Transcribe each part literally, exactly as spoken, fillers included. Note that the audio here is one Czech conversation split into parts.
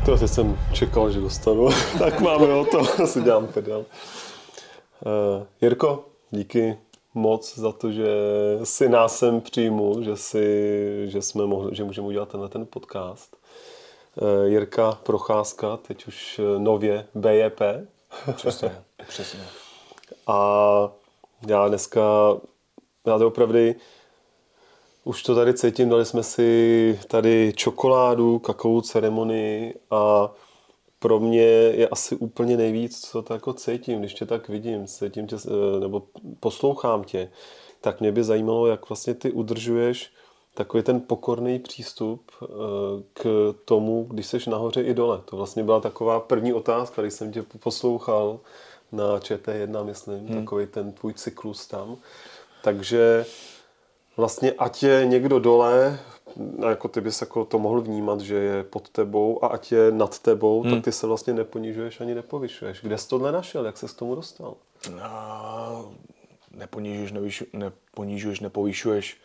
To asi jsem čekal, že dostanu. Tak máme o to, si dělám prdel. Uh, Jirko, díky moc za to, že si nás sem přijmul, že, si, že jsme mohli, že můžeme udělat tenhle ten podcast. Uh, Jirka Procházka, teď už nově B J P. Přesně, přesně. A já dneska, já to opravdu, už to tady cítím, dali jsme si tady čokoládu, kakaovou ceremonii a pro mě je asi úplně nejvíc, co to jako cítím, když tě tak vidím, cítím tě, nebo poslouchám tě, tak mě by zajímalo, jak vlastně ty udržuješ takový ten pokorný přístup k tomu, když seš nahoře i dole. To vlastně byla taková první otázka, když jsem tě poslouchal na Č T jedna, myslím, hmm. takový ten tvůj cyklus tam. Takže vlastně ať je někdo dole, jako ty bys jako to mohl vnímat, že je pod tebou, a ať je nad tebou, hmm. tak ty se vlastně neponižuješ ani nepovyšuješ. Kde jsi tohle našel? Jak ses k tomu dostal? No, neponižuješ, nevyšu, neponižuješ, nepovyšuješ.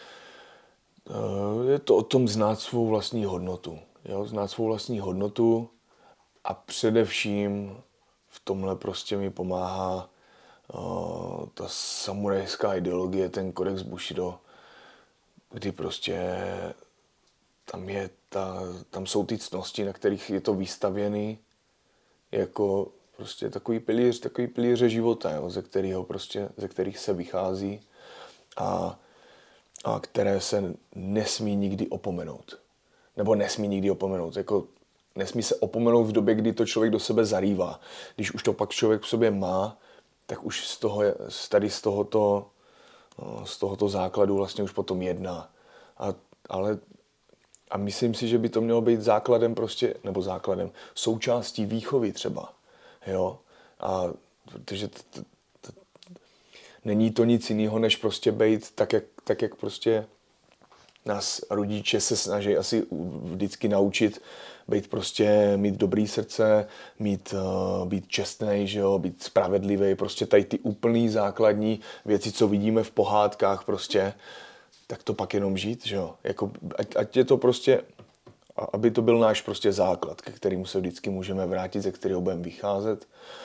Je to o tom znát svou vlastní hodnotu. Jo? Znát svou vlastní hodnotu a především v tomhle prostě mi pomáhá uh, ta samurajská ideologie, ten kodex Bushido, kdy prostě tam, je ta, tam jsou ty ctnosti, na kterých je to vystavěný jako prostě takový pilíř, takový pilíře života, jo, ze kterého prostě, ze kterých se vychází a, a které se nesmí nikdy opomenout. Nebo nesmí nikdy opomenout, jako nesmí se opomenout v době, kdy to člověk do sebe zarývá. Když už to pak člověk v sobě má, tak už z toho, tady z tohoto, z tohoto základu vlastně už potom jedná. A, ale, a myslím si, že by to mělo být základem prostě, nebo základem, součástí výchovy třeba. Jo? A protože t, t, t, není to nic jiného, než prostě být tak, jak, tak, jak prostě nás rodiče se snaží asi vždycky naučit být prostě, mít dobrý srdce, mít, uh, být čestnej, že jo, být spravedlivý, prostě tady ty úplný základní věci, co vidíme v pohádkách prostě, tak to pak jenom žít, že jo, jako, ať, ať je to prostě, aby to byl náš prostě základ, ke kterému se vždycky můžeme vrátit, ze kterého budeme vycházet.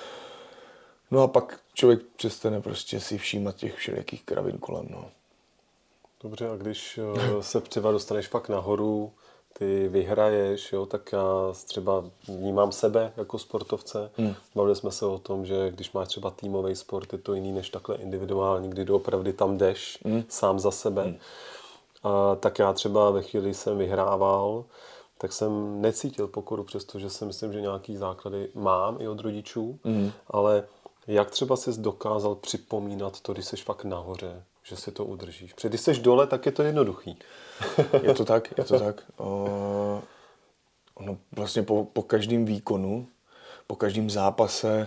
No a pak člověk přestane prostě si všímat těch všelijakých kravin kolem, no. Dobře, a když se třeba dostaneš fakt nahoru, ty vyhraješ, jo, tak já třeba vnímám sebe jako sportovce. Hmm. Bavili jsme se o tom, že když máš třeba týmový sport, je to jiný než takhle individuální, kdy doopravdy tam jdeš hmm. sám za sebe. Hmm. A tak já třeba ve chvíli, kdy jsem vyhrával, tak jsem necítil pokoru, přestože si myslím, že nějaký základy mám i od rodičů, hmm. ale jak třeba jsi dokázal připomínat to, když jsi fakt nahoře, že si to udržíš? Protože když jsi dole, tak je to jednoduchý. Je to tak, je to tak. Uh, ono vlastně po, po každém výkonu, po každém zápase,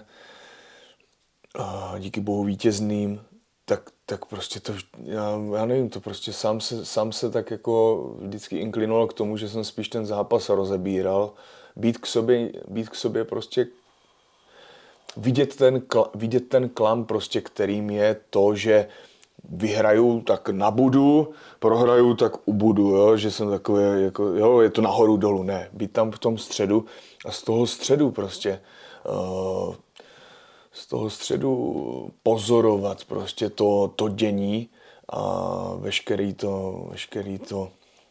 uh, díky bohu vítězným, tak, tak prostě to, já, já nevím, to prostě sám se, sám se tak jako vždycky inklinoval k tomu, že jsem spíš ten zápas rozebíral. Být k sobě, být k sobě prostě vidět ten, vidět ten klam prostě, kterým je to, že vyhraju, tak nabudu, prohraju, tak ubudu, jo? Že jsem takový, jako, jo, je to nahoru dolů, ne, být tam v tom středu a z toho středu prostě, uh, z toho středu pozorovat prostě to, to dění a veškerý to, veškerý to,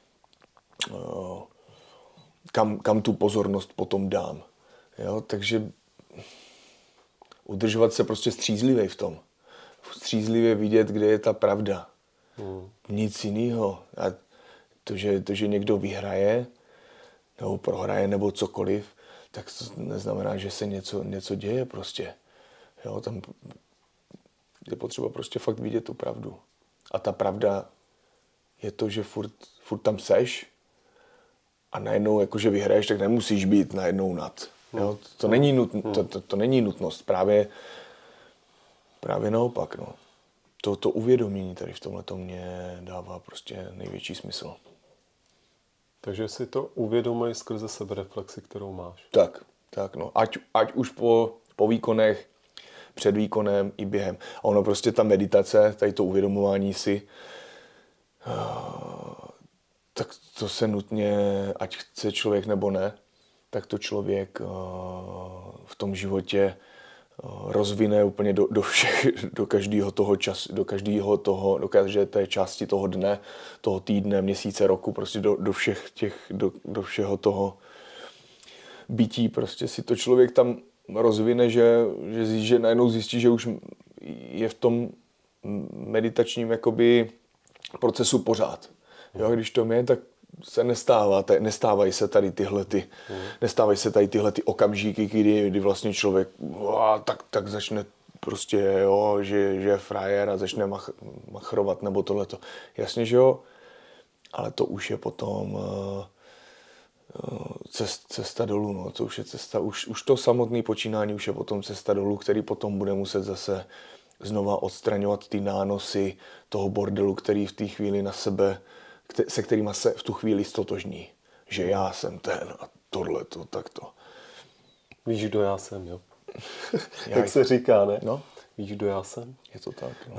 uh, kam, kam tu pozornost potom dám, jo, takže udržovat se prostě střízlivý v tom. Střízlivě vidět, kde je ta pravda. Hmm. Nic jiného. A to že, to, že někdo vyhraje, nebo prohraje, nebo cokoliv, tak to neznamená, že se něco, něco děje prostě. Jo, tam je potřeba prostě fakt vidět tu pravdu. A ta pravda je to, že furt, furt tam seš a najednou, jakože vyhraješ, tak nemusíš být najednou nad. Jo, to, není nutn, to, to, to není nutnost. Právě Právě naopak, no. To, to uvědomění tady v tomhletom mě dává prostě největší smysl. Takže si to uvědomuje skrze sebereflexi, kterou máš. Tak, tak, no. Ať, ať už po, po výkonech, před výkonem i během. A ono prostě ta meditace, tady to uvědomování si, tak to se nutně, ať chce člověk nebo ne, tak to člověk v tom životě rozvine úplně do, do všech, do každého toho času, do každého toho, do každé té části toho dne, toho týdne, měsíce, roku, prostě do, do všech těch, do, do všeho toho bytí, prostě si to člověk tam rozvine, že, že, že najednou zjistí, že už je v tom meditačním jakoby procesu pořád. Jo, když to je, tak se nestává, nestávají se tady tyhle ty, mm. nestávají se tady tyhle ty okamžiky, kdy, kdy vlastně člověk o, tak, tak začne prostě, jo, že, že je frajer a začne mach, machrovat nebo tohleto. Jasně, že jo, ale to už je potom uh, cest, cesta dolů, no, to už je cesta, už, už to samotné počínání už je potom cesta dolů, který potom bude muset zase znova odstraňovat ty nánosy toho bordelu, který v té chvíli na sebe, se kterýma se v tu chvíli stotožní. Že já jsem ten a tohleto, takto. Víš, kdo já jsem, jo? Jak se říká, ne? No. Víš, kdo já jsem? Je to tak, no.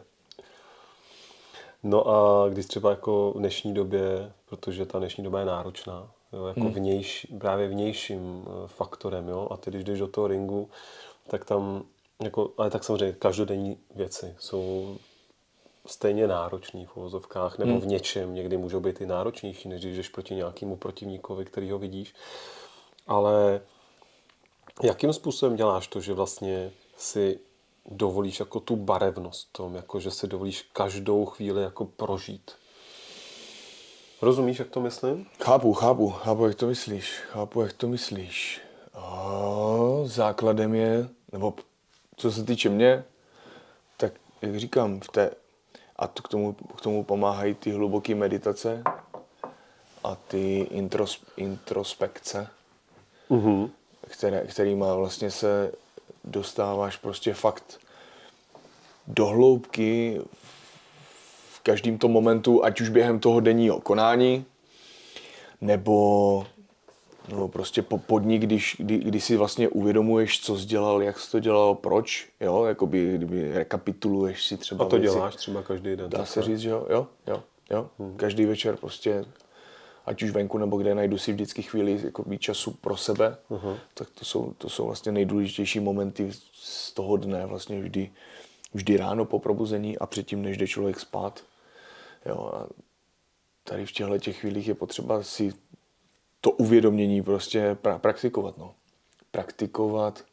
No a když třeba jako v dnešní době, protože ta dnešní doba je náročná, jo, jako hmm. vnější, právě vnějším faktorem, jo, a ty když jdeš do toho ringu, tak tam, jako, ale tak samozřejmě každodenní věci jsou stejně náročný v uvozovkách, nebo hmm. v něčem, někdy můžou být i náročnější, než když jdeš proti nějakému protivníkovi, který ho vidíš. Ale jakým způsobem děláš to, že vlastně si dovolíš jako tu barevnost tom, jako že si dovolíš každou chvíli jako prožít? Rozumíš, jak to myslím? Chápu, chápu, chápu, jak to myslíš. Chápu, jak to myslíš. A základem je, nebo co se týče mě, tak jak říkám, v té, a to k tomu, k tomu pomáhají ty hluboké meditace a ty intros, introspekce, mm-hmm. které, kterýma vlastně se dostáváš prostě fakt do hloubky v každém tom momentu, ať už během toho denního konání, nebo, nebo prostě po podní, když, kdy, kdy si vlastně uvědomuješ, co jsi dělal, jak jsi to dělal, proč, jo, jakoby, kdyby rekapituluješ si třeba a to věci. Děláš třeba každý den. Dá se říct, že jo, jo, jo, jo. Hmm. Každý večer prostě, ať už venku nebo kde, najdu si vždycky chvíli jako času pro sebe, uh-huh. tak to jsou, to jsou vlastně nejdůležitější momenty z toho dne, vlastně vždy, vždy ráno po probuzení a předtím, než jde člověk spát. Jo, a tady v těchto těch chvílích je potřeba si to uvědomění prostě pra- praktikovat, no. Praktikovat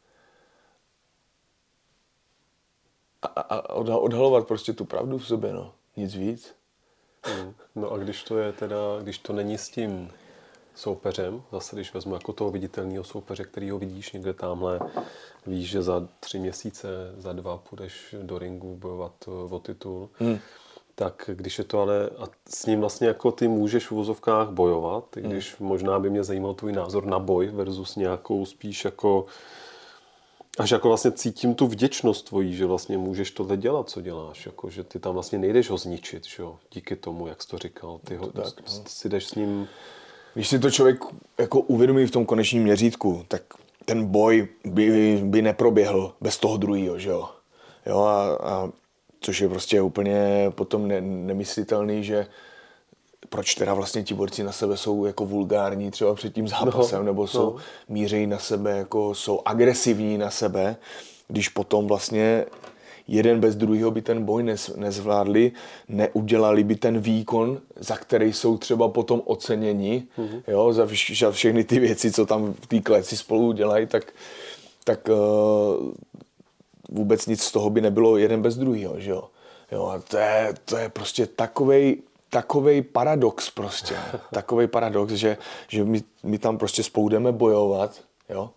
a, a odhalovat prostě tu pravdu v sobě, no. Nic víc. Mm. No a když to je teda, když to není s tím soupeřem, zase když vezmu jako toho viditelného soupeře, který ho vidíš někde tamhle, víš, že za tři měsíce, za dva půjdeš do ringu bojovat o titul, hmm. tak když je to ale, a s ním vlastně jako ty můžeš v uvozovkách bojovat, i když hmm. možná by mě zajímal tvůj názor na boj versus nějakou spíš jako, až jako vlastně cítím tu vděčnost tvojí, že vlastně můžeš tohle dělat, co děláš, jako, že ty tam vlastně nejdeš ho zničit, že jo, díky tomu, jak jsi to říkal, ty ho, to tak, no. si jdeš s ním. Když si to člověk jako uvědomí v tom konečním měřítku, tak ten boj by, by neproběhl bez toho druhého, že jo, jo a, a což je prostě úplně potom ne, nemyslitelný, že proč teda vlastně ti borci na sebe jsou jako vulgární třeba před tím zápasem, no, nebo jsou no. mířejí na sebe, jako jsou agresivní na sebe, když potom vlastně jeden bez druhého by ten boj nez, nezvládli, neudělali by ten výkon, za který jsou třeba potom oceněni, mm-hmm. jo, za, vš, za všechny ty věci, co tam v té kleci spolu dělají, tak, tak uh, vůbec nic z toho by nebylo jeden bez druhého, že jo. Jo, a to je, to je prostě takovej takovej paradox prostě, takovej paradox, že, že my, my tam prostě spolu jdeme bojovat, jo,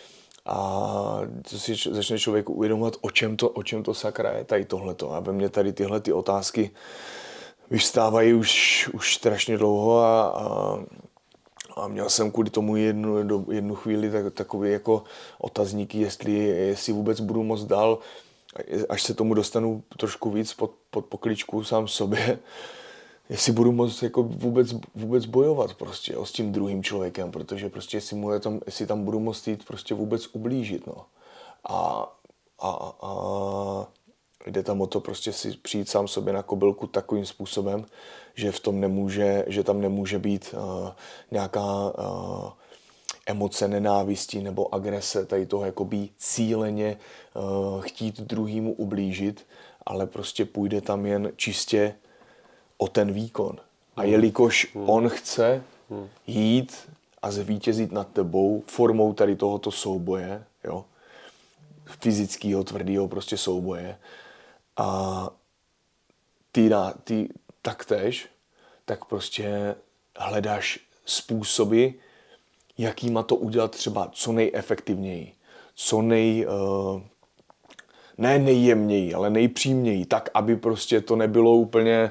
a to si č- začne člověk uvědomovat, o čem to, o čem to sakra je tady tohleto. A ve mně tady tyhle ty otázky vyvstávají už, už strašně dlouho a, a, a měl jsem kvůli tomu jednu, do, jednu chvíli tak, takový jako otazníky, jestli, jestli vůbec budu moc dál, až se tomu dostanu trošku víc pod, pod pokličku sám sobě, jestli budu moct jako vůbec, vůbec bojovat prostě, jo, s tím druhým člověkem, protože prostě jestli, mu tam, jestli tam budu moct jít prostě vůbec ublížit, no. A, a, a jde tam o to prostě si přijít sám sobě na kobylku takovým způsobem, že v tom nemůže, že tam nemůže být uh, nějaká uh, emoce nenávisti nebo agrese, tady toho jakoby cíleně uh, chtít druhýmu ublížit, ale prostě půjde tam jen čistě o ten výkon. A jelikož on chce jít a zvítězit nad tebou formou tady tohoto souboje, jo, fyzického, tvrdého prostě souboje, a ty, ty taktéž, tak prostě hledáš způsoby, jakýma to udělat třeba co nejefektivněji, co nej, uh, ne nejjemněji, ale nejpřímněji, tak, aby prostě to nebylo úplně,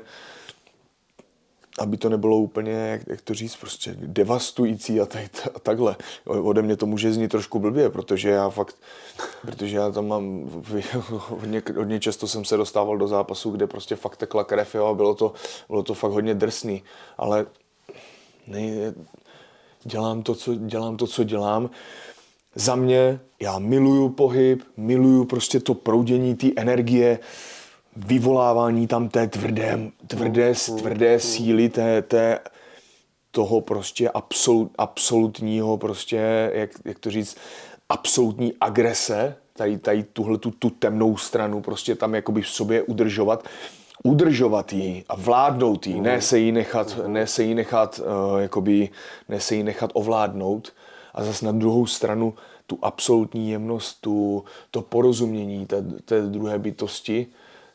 aby to nebylo úplně, jak, jak to říct, prostě devastující a, tady, a takhle. Ode mě to může znít trošku blbě, protože já fakt, protože já tam mám, hodně, hodně často jsem se dostával do zápasu, kde prostě fakt tekla krev, jo, a bylo to, bylo to fakt hodně drsný, ale ne, dělám to, co, dělám to, co dělám. Za mě, já miluju pohyb, miluju prostě to proudění té energie, vyvolávání tam té tvrdé, tvrdé, tvrdé síly, té, té, toho prostě absolut, absolutního prostě, jak, jak to říct, absolutní agrese, tady, tady tuhle tu, tu temnou stranu prostě tam jakoby v sobě udržovat, udržovat ji a vládnout ji, ne se jí nechat, ne se jí nechat, uh, jakoby, ne se jí nechat ovládnout, a zase na druhou stranu tu absolutní jemnost, tu, to porozumění té, té druhé bytosti,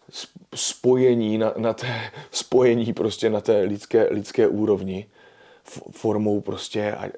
spojení na, na té spojení prostě na té lidské, lidské úrovni formou prostě a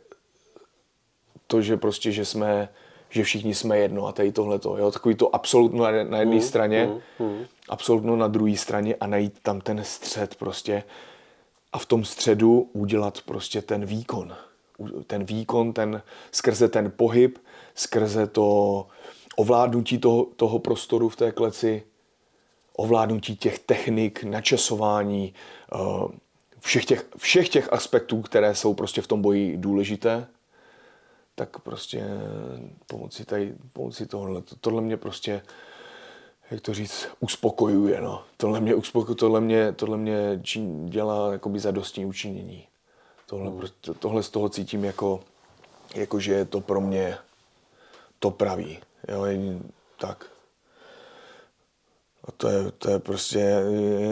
to, že prostě, že jsme, že všichni jsme jedno a tady tohleto, jo, takový to absolutno na, na jedné mm, straně, mm, mm. absolutno na druhé straně a najít tam ten střed prostě a v tom středu udělat prostě ten výkon. Ten výkon, ten, skrze ten pohyb, skrze to ovládnutí toho, toho prostoru v té kleci, ovládnutí těch technik, načasování, všech těch, všech těch aspektů, které jsou prostě v tom boji důležité, tak prostě pomocí, tady, pomocí tohle, tohle mě prostě, jak to říct, uspokojuje, no. Tohle mě uspokojuje, tohle mě, tohle mě dělá jakoby zadostní učinění. Tohle, mm. tohle z toho cítím jako, jako, že je to pro mě to pravý, jo, tak. A to je, to je prostě,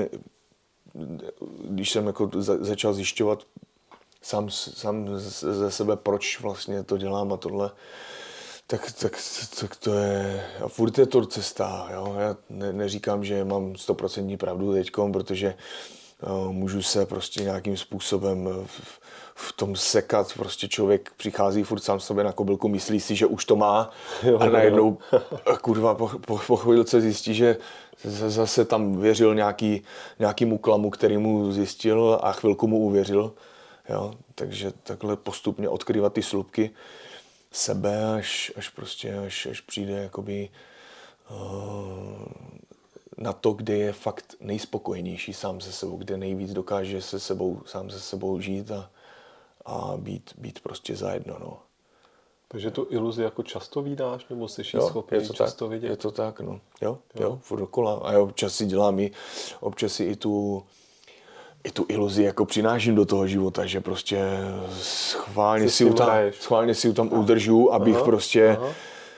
když jsem jako začal zjišťovat sám, sám ze sebe, proč vlastně to dělám a tohle, tak, tak, tak to je, a furt je to cesta, jo. Já ne, neříkám, že mám sto procent pravdu teďkom, protože uh, můžu se prostě nějakým způsobem v, v tom sekat, prostě člověk přichází furt sám sobě na kobylku, myslí si, že už to má a najednou kurva po, po, po chvílce zjistí, že zase tam věřil nějaký, nějakýmu klamu, který mu zjistil a chvilku mu uvěřil. Jo? Takže takhle postupně odkryvat ty slupky sebe, až, až prostě, až, až přijde jakoby uh, na to, kde je fakt nejspokojenější sám se sebou, kde nejvíc dokáže se sebou, sám se sebou žít a, a být, být prostě zajedno, no. Takže tu iluzi jako často vídáš, nebo jsi ji schopný často tak, vidět? Je to tak, no. Jo, jo, jo, furt dokola. A já občas si dělám i, občas si i tu, i tu iluzi jako přináším do toho života, že prostě schválně si, tam, schválně si ji tam udržu, abych aha, prostě aha.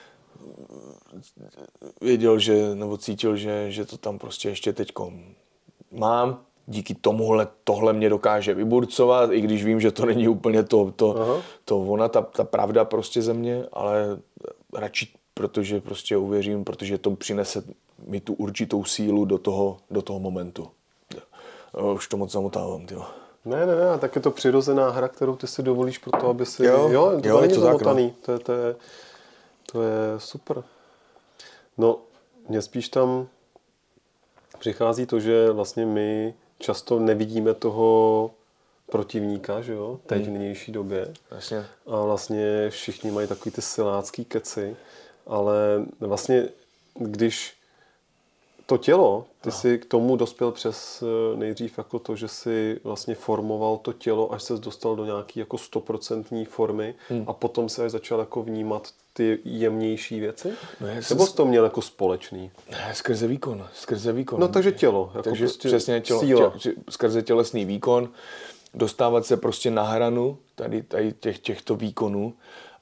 věděl, že, nebo cítil, že, že to tam prostě ještě teďko mám. Díky tomuhle tohle mě dokáže vyburcovat, i když vím, že to není úplně to, to, to ona, ta, ta pravda prostě ze mě, ale radši, protože prostě uvěřím, protože to přinese mi tu určitou sílu do toho, do toho momentu. Už to moc zamotávám, tyjo. Ne, ne, ne, tak je to přirozená hra, kterou ty si dovolíš pro to, aby si... Jo, jo to jo, není to zamotaný, tak, no. to, je, to, je, to je super. No, mě spíš tam přichází to, že vlastně my často nevidíme toho protivníka, že jo, teď v nynější době. Jasně. A vlastně všichni mají takový ty silácký keci, ale vlastně když to tělo, ty no. si k tomu dospěl přes nejdřív jako to, že si vlastně formoval to tělo, až ses dostal do nějaký jako stoprocentní formy hmm. a potom se až začal jako vnímat ty jemnější věci? No, nebo jsi to měl jako společný? Ne, skrze výkon, skrze výkon. No takže tělo. Jako takže prostě přesně tělo, tělo, skrze tělesný výkon, dostávat se prostě na hranu tady, tady těch, těchto výkonů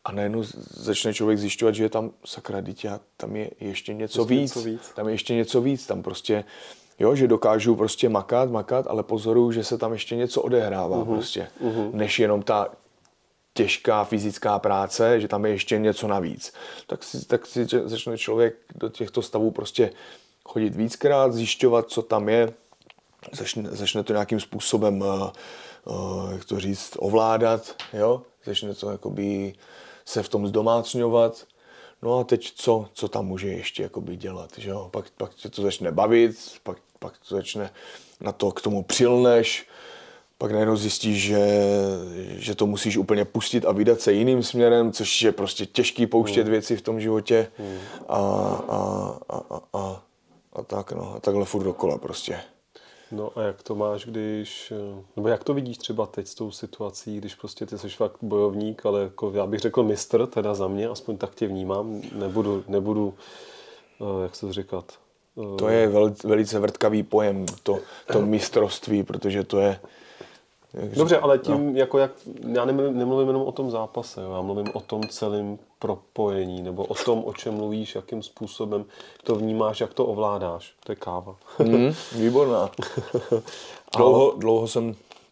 a najednou začne člověk zjišťovat, že je tam sakra dítě, tam je ještě něco ještě víc, něco víc. Tam je ještě něco víc, tam prostě, jo, že dokážu prostě makat, makat, ale pozoruju, že se tam ještě něco odehrává uh-huh. prostě, uh-huh. než jenom ta těžká fyzická práce, že tam je ještě něco navíc. Tak si, tak si začne člověk do těchto stavů prostě chodit víckrát, zjišťovat, co tam je, začne, začne to nějakým způsobem, uh, uh, jak to říct, ovládat, jo? Začne to jakoby se v tom zdomácňovat. No a teď co, co tam může ještě jakoby dělat, že jo? Pak, pak tě to začne bavit, pak, pak to začne na to, k tomu přilneš, pak najednou zjistíš, že, že to musíš úplně pustit a vydat se jiným směrem, což je prostě těžký pouštět hmm. věci v tom životě hmm. a, a, a, a, a, a tak no, a takhle furt dokola prostě. No a jak to máš, když, nebo jak to vidíš třeba teď s tou situací, když prostě ty jsi fakt bojovník, ale jako já bych řekl mistr, teda za mě, aspoň tak tě vnímám, nebudu, nebudu, jak se to říkat. To je vel, velice vrtkavý pojem, to, to mistrovství, protože to je... Dobře, ale tím, no. jako jak, já nemluvím, nemluvím jenom o tom zápase, jo, já mluvím o tom celém propojení, nebo o tom, o čem mluvíš, jakým způsobem to vnímáš, jak to ovládáš. To je káva. Mm, výborná. Dlouho, dlouho jsem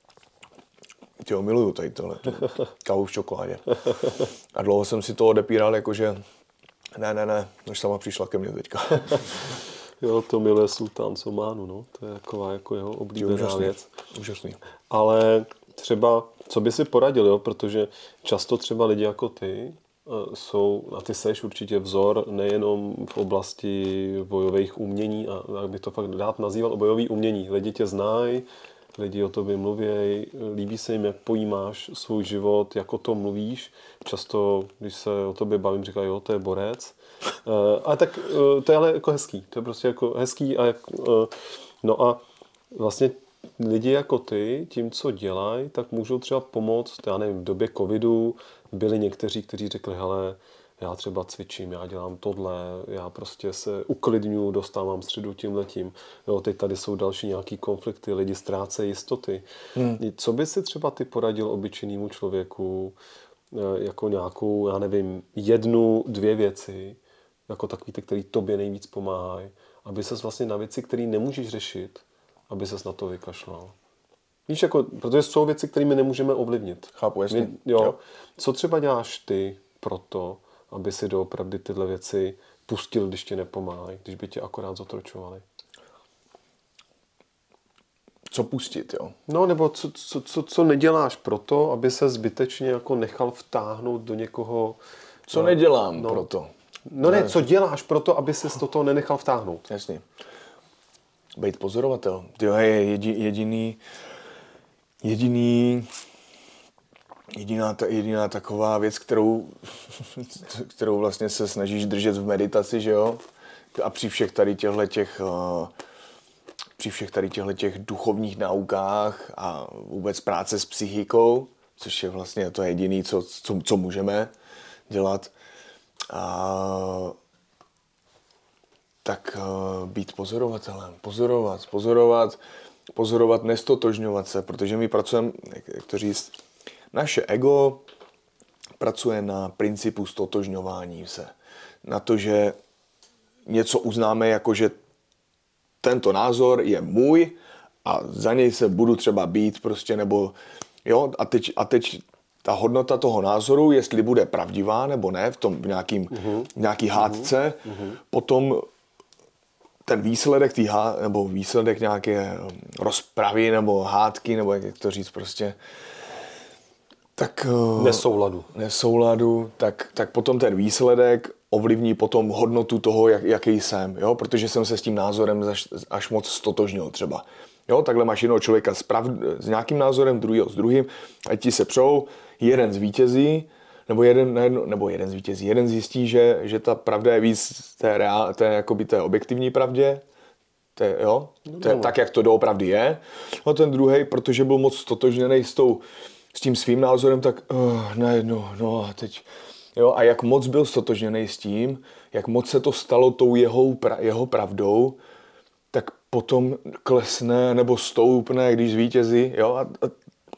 tě miluju tady tohle, kávu v čokoládě. A dlouho jsem si to odepíral, jakože ne, ne, ne, než sama přišla ke mně teďka. Jo, to miluje sultán z Ománu, no. To je taková jako jeho oblíbená úžasný, věc. Úžasný. Ale třeba, co by si poradil, jo? Protože často třeba lidi jako ty jsou, a ty seš určitě vzor nejenom v oblasti bojových umění, a jak by to fakt dát nazýval bojový umění. Lidi tě znají, lidi o tobě mluví, líbí se jim, jak pojímáš svůj život, jak o tom mluvíš. Často, když se o tobě bavím, říkají, jo, to je borec. Uh, ale tak uh, to je ale jako hezký. To je prostě jako hezký a jak, uh, no a vlastně lidi jako ty, tím, co dělají, tak můžou třeba pomoct, já nevím, v době covidu byli někteří, kteří řekli, hele, já třeba cvičím, já dělám tohle, já prostě se uklidňuju, dostávám středu tímhletím. Jo, teď tady jsou další nějaký konflikty, lidi ztrácejí jistoty. Hmm. Co by si třeba ty poradil obyčejnému člověku, jako nějakou, já nevím, jednu, dvě věci, jako takový ty, který tobě nejvíc pomáhají, aby ses vlastně na věci, které nemůžeš řešit, aby ses na to vykašlal. Víš, jako, protože jsou věci, které my nemůžeme ovlivnit. Chápu, jasně. My, jo, jo. Co třeba děláš ty pro to, aby si doopravdy tyhle věci pustil, když ti nepomáhají, když by tě akorát zotročovali? Co pustit, jo? No, nebo co, co, co, co neděláš pro to, aby se zbytečně jako nechal vtáhnout do někoho... Co no, nedělám no, pro to? No ne, ne, co děláš pro to, aby ses do toho nenechal vtáhnout? Jasně. Být pozorovatel. To je jediný, jediný, jediná, jediná taková věc, kterou, kterou vlastně se snažíš držet v meditaci, že jo? A při všech tady těchto těch, při všech tady těchto těch duchovních naukách a vůbec práce s psychikou, což je vlastně to jediné, co, co, co můžeme dělat. A tak uh, být pozorovatelem, pozorovat, pozorovat, pozorovat, nestotožňovat se, protože my pracujeme, jak, jak to říct, naše ego pracuje na principu stotožňování se. Na to, že něco uznáme jako, že tento názor je můj a za něj se budu třeba být prostě, nebo jo, a teď, a teď ta hodnota toho názoru, jestli bude pravdivá nebo ne, v tom v nějakým, uh-huh. v nějaký hádce, uh-huh. potom ten výsledek tý há, nebo výsledek nějaké rozpravy nebo hádky, nebo jak to říct prostě, tak nesouladu. Nesouladu, tak, tak potom ten výsledek ovlivní potom hodnotu toho, jak, jaký jsem, jo? Protože jsem se s tím názorem až, až moc stotožnil třeba. Jo? Takhle máš jednoho člověka s, prav, s nějakým názorem, druhýho s druhým, a ti se přou, jeden zvítězí, nebo jeden, nebo jeden zvítězí, jeden zjistí, že, že ta pravda je víc té, reál, té, jakoby té objektivní pravdě, té, jo? Té, tak, jak to doopravdy je. A ten druhý, protože byl moc stotožněný s, tou, s tím svým názorem, tak uh, najednou, no a teď... Jo, a jak moc byl stotožněný s tím, jak moc se to stalo tou jeho, pra, jeho pravdou, tak potom klesne nebo stoupne, když zvítězí. Jo, a, a,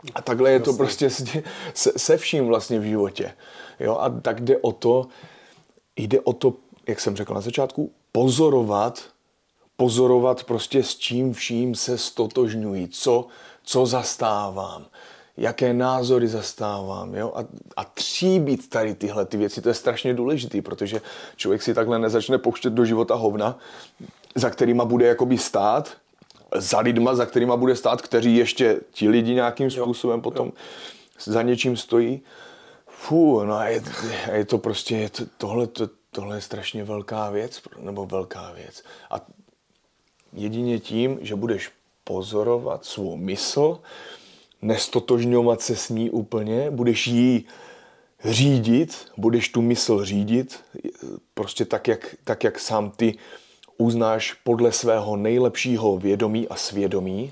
A takhle je to prostě se, se vším vlastně v životě. Jo? A tak jde o to, jde o to, jak jsem řekl na začátku, pozorovat, pozorovat prostě s čím vším se stotožňují, co, co zastávám, jaké názory zastávám. Jo? A, a tříbit tady tyhle ty věci, to je strašně důležité, protože člověk si takhle nezačne pouštět do života hovna, za kterýma bude jakoby stát, za lidma, za kterýma bude stát, kteří ještě ti lidi nějakým způsobem jo, potom jo. za něčím stojí. Fú, no a je, je to prostě, je to, tohle, to, tohle je strašně velká věc, nebo velká věc. A jedině tím, že budeš pozorovat svou mysl, nestotožňovat se s ní úplně, budeš jí řídit, budeš tu mysl řídit, prostě tak, jak, tak, jak sám ty uznáš podle svého nejlepšího vědomí a svědomí.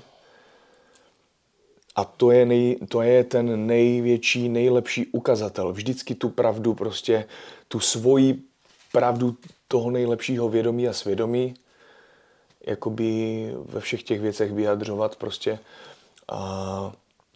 A to je, nej, to je ten největší, nejlepší ukazatel. Vždycky tu pravdu, prostě tu svoji pravdu toho nejlepšího vědomí a svědomí jakoby ve všech těch věcech vyjadřovat prostě a,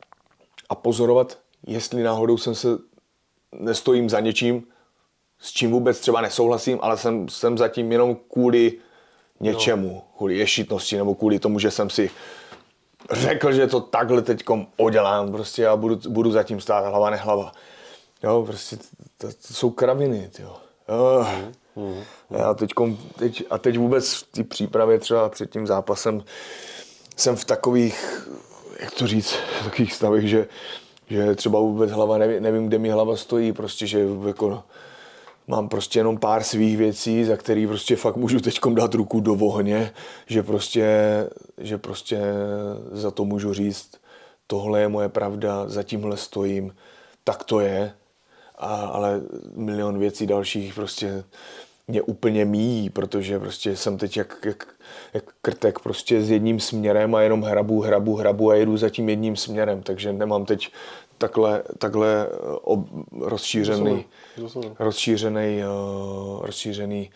a pozorovat, jestli náhodou jsem se nestojím za něčím, s čím vůbec třeba nesouhlasím, ale jsem, jsem zatím jenom kvůli něčemu, no. kvůli ješitnosti nebo kvůli tomu, že jsem si řekl, že to takhle teďkom udělám prostě a budu, budu zatím stát hlava nehlava. Jo, prostě to, to jsou kraviny, tyjo. Jo. Mm, mm, já teďkom, teď, a teď vůbec v té přípravě třeba před tím zápasem jsem v takových, jak to říct, v takových stavech, že, že třeba vůbec hlava, nevím, nevím, kde mi hlava stojí, prostě, že jako mám prostě jenom pár svých věcí, za který prostě fakt můžu teďkom dát ruku do ohně, že prostě, že prostě za to můžu říct, tohle je moje pravda, za tímhle stojím, tak to je, a, ale milion věcí dalších prostě mě úplně míjí, protože prostě jsem teď jak, jak, jak krtek prostě s jedním směrem a jenom hrabu, hrabu, hrabu a jedu za tím jedním směrem, takže nemám teď takhle, takhle ob, rozšířený, rozšířený, uh, rozšířený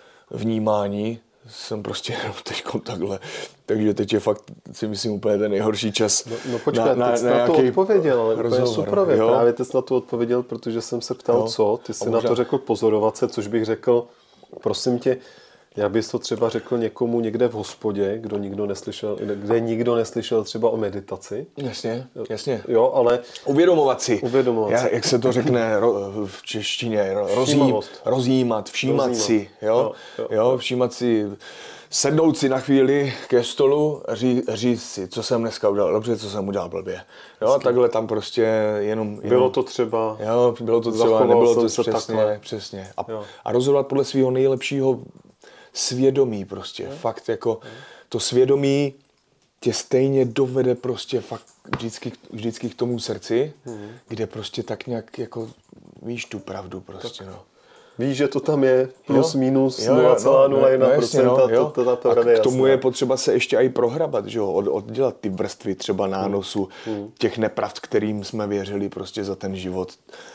vnímání. Jsem prostě jenom teďko takhle. Takže teď je fakt, si myslím, úplně ten nejhorší čas. No, no počkej, na, na, ty jsi na, na to odpověděl, ale úplně super, právě ty jsi na to odpověděl, protože jsem se ptal, jo. co? Ty jsi na to řekl pozorovat se, což bych řekl, prosím tě, já bys to třeba řekl někomu někde v hospodě, kdo nikdo neslyšel, kde nikdo neslyšel třeba o meditaci. Jasně, jasně. Jo, ale uvědomovat si. Uvědomovat já, jak se to řekne v češtině, rozjím, rozjímat, všímat rozjímat. si, jo? Jo, jo, jo, všímat si, sednout si na chvíli ke stolu, ří, říct si, co jsem dneska udělal dobře, co jsem udělal blbě. Jo, a takhle tam prostě jenom, jenom... Bylo to třeba... Jo, bylo to třeba, nebylo to přesně, přesně. A, a rozhodovat podle svého nejlepšího svědomí prostě, je. fakt jako je. to svědomí tě stejně dovede prostě fakt vždycky, vždycky k tomu srdci, hmm. kde prostě tak nějak jako víš tu pravdu prostě, tak. no. Víš, že to tam je plus jo. minus nula celá nula jedna procent no, to, to, to, to a k tomu je potřeba se ještě i prohrabat, že jo, Od, oddělat ty vrstvy třeba nánosu, hmm. těch nepravd, kterým jsme věřili prostě za ten život.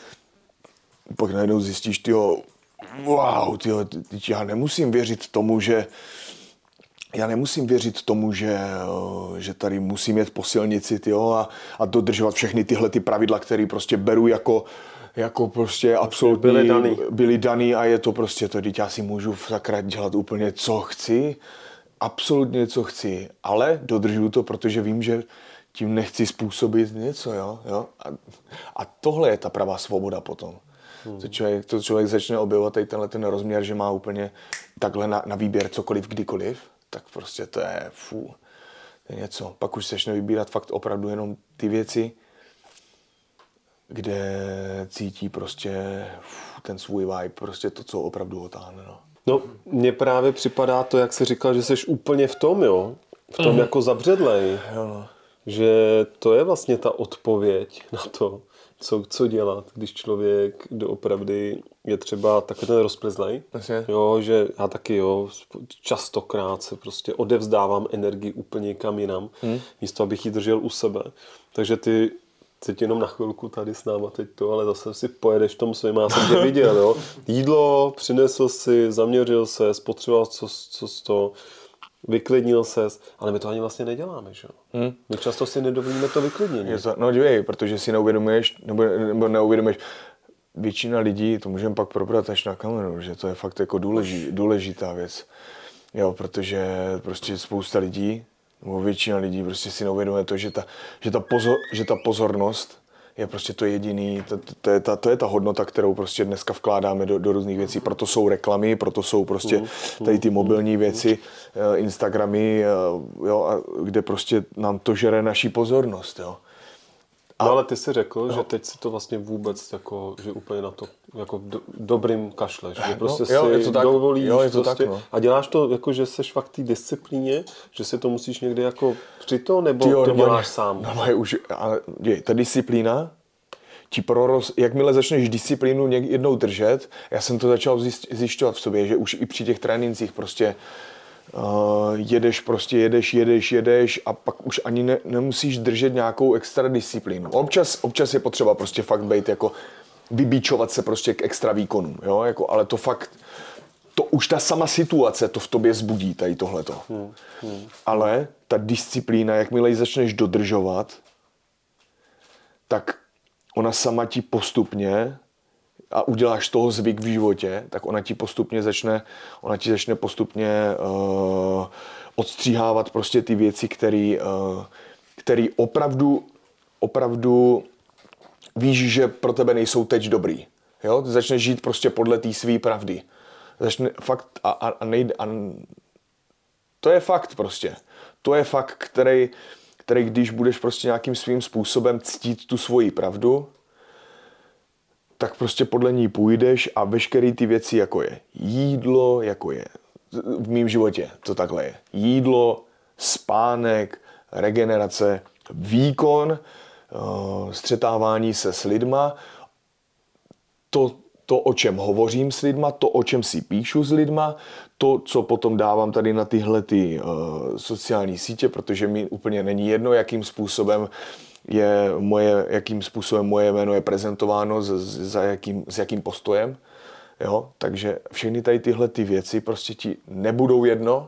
Pak najednou zjistíš, tyjo, wow, tyjo, já nemusím věřit tomu, že já nemusím věřit tomu, že, že tady musím jet po silnici, tyjo, a, a dodržovat všechny tyhle ty pravidla, které prostě beru jako, jako prostě absolutně byly daný. byly daný a je to prostě to, teď já si můžu sakra dělat úplně co chci, absolutně co chci, ale dodržuju to, protože vím, že tím nechci způsobit něco, jo, jo? A, a tohle je ta pravá svoboda potom. Hmm. To, člověk, to člověk začne objevovat tady tenhle ten rozměr, že má úplně takhle na, na výběr cokoliv, kdykoliv, tak prostě to je, fů, to je něco. Pak už začne vybírat fakt opravdu jenom ty věci, kde cítí prostě fů, ten svůj vibe, prostě to, co opravdu otáhne. No. no, mně právě připadá to, jak jsi říkal, že jsi úplně v tom, jo? V tom mm. jako zabředlej. Jo, no. Že to je vlastně ta odpověď na to, co, co dělat, když člověk doopravdy je třeba takový ten rozplizlej. Jo, že já taky, jo, častokrát se prostě odevzdávám energii úplně kam jinam, hmm. místo abych ji držel u sebe. Takže ty teď jenom na chvilku tady s náma teď to, ale zase si pojedeš v tom svým, já jsem tě viděl, jo. Jídlo, přinesl si, zaměřil se, spotřeboval co, co z toho. vyklidnil ses, ale my to ani vlastně neděláme, že? Hmm. My často si nedovolíme to vyklidnění. Je to, no dívej, protože si neuvědomuješ, nebo, nebo neuvědomuješ, většina lidí, to můžeme pak probrat až na kameru, že to je fakt jako důležitá, důležitá věc. Jo, protože prostě spousta lidí, nebo většina lidí prostě si neuvědomuje to, že ta, že ta, pozor, že ta pozornost je prostě to jediný, to, to, to, je ta, to je ta hodnota, kterou prostě dneska vkládáme do, do různých věcí. Proto jsou reklamy, proto jsou prostě tady ty mobilní věci, Instagramy, jo, a kde prostě nám to žere naší pozornost, jo. No ale ty jsi řekl, no. že teď si to vlastně vůbec jako, že úplně na to jako do, dobrým kašleš, že prostě no, jo, si tak, dovolíš jo, je to prostě, tak, no. A děláš to jako, že seš fakt v té disciplíně, že si to musíš někdy jako přito, nebo jo, to normálně, děláš sám? No, už, ale je, ta disciplína, ti proros, jakmile začneš disciplínu jednou držet, já jsem to začal zjišťovat v sobě, že už i při těch trénincích prostě Uh, jedeš, prostě jedeš, jedeš, jedeš a pak už ani ne, nemusíš držet nějakou extra disciplínu. Občas, občas je potřeba prostě fakt být jako vybíčovat se prostě k extra výkonům, jo, jako, ale to fakt, to už ta sama situace to v tobě zbudí, tady tohleto. Hmm, hmm. Ale ta disciplína, jakmile ji začneš dodržovat, tak ona sama ti postupně a uděláš toho zvyk v životě, tak ona ti postupně začne, ona ti začne postupně uh, odstříhávat prostě ty věci, který, uh, který opravdu, opravdu víš, že pro tebe nejsou teď dobrý. Jo? Ty začneš žít prostě podle té své pravdy. Začne fakt a, a, a nejde, a to je fakt prostě. To je fakt, který, který když budeš prostě nějakým svým způsobem ctít tu svoji pravdu, tak prostě podle ní půjdeš a veškeré ty věci, jako je jídlo, jako je v mém životě, to takhle je. Jídlo, spánek, regenerace, výkon, střetávání se s lidma, to, to, o čem hovořím s lidma, to, o čem si píšu s lidma, to, co potom dávám tady na tyhle ty, uh, sociální sítě, protože mi úplně není jedno, jakým způsobem je moje, jakým způsobem moje jméno je prezentováno, s, za jakým, s jakým postojem. Jo? Takže všechny tady tyhle ty věci prostě ti nebudou jedno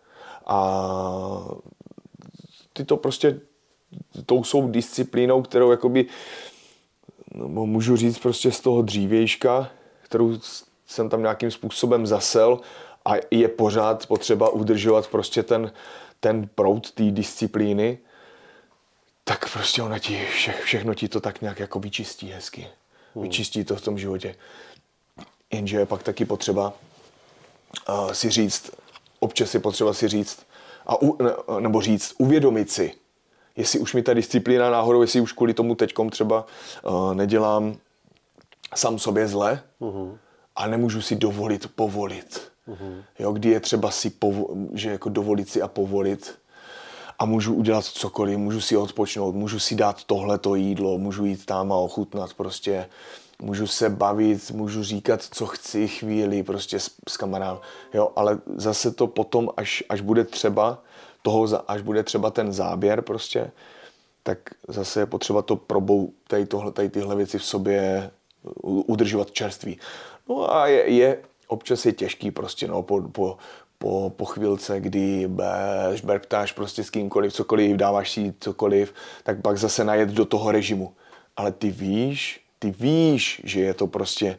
a ty to prostě tou jsou disciplínou, kterou jakoby, no, můžu říct prostě z toho dřívějška, kterou jsem tam nějakým způsobem zasel a je pořád potřeba udržovat prostě ten, ten proud té disciplíny, tak prostě ona ti, vše, všechno ti to tak nějak jako vyčistí hezky. Hmm. Vyčistí to v tom životě. Jenže je pak taky potřeba uh, si říct, občas je potřeba si říct, a u, ne, nebo říct, uvědomit si, jestli už mi ta disciplína náhodou, jestli už kvůli tomu teďkom třeba uh, nedělám sám sobě zle, uh-huh. a nemůžu si dovolit povolit. Uh-huh. Jo, kdy je třeba si, povo- že jako dovolit si a povolit a můžu udělat cokoliv, můžu si odpočnout, můžu si dát tohleto jídlo, můžu jít tam a ochutnat prostě, můžu se bavit, můžu říkat, co chci chvíli prostě s, s kamarádem, jo, ale zase to potom, až, až bude třeba toho, až bude třeba ten záběr prostě, tak zase je potřeba to probou, tady, tohle, tady tyhle věci v sobě udržovat čerství. No a je, je občas je těžký prostě, no, po, po, po, po chvilce, kdy bež, berptáš prostě s kýmkoliv, cokoliv, dáváš si cokoliv, tak pak zase najet do toho režimu. Ale ty víš, ty víš, že je to prostě,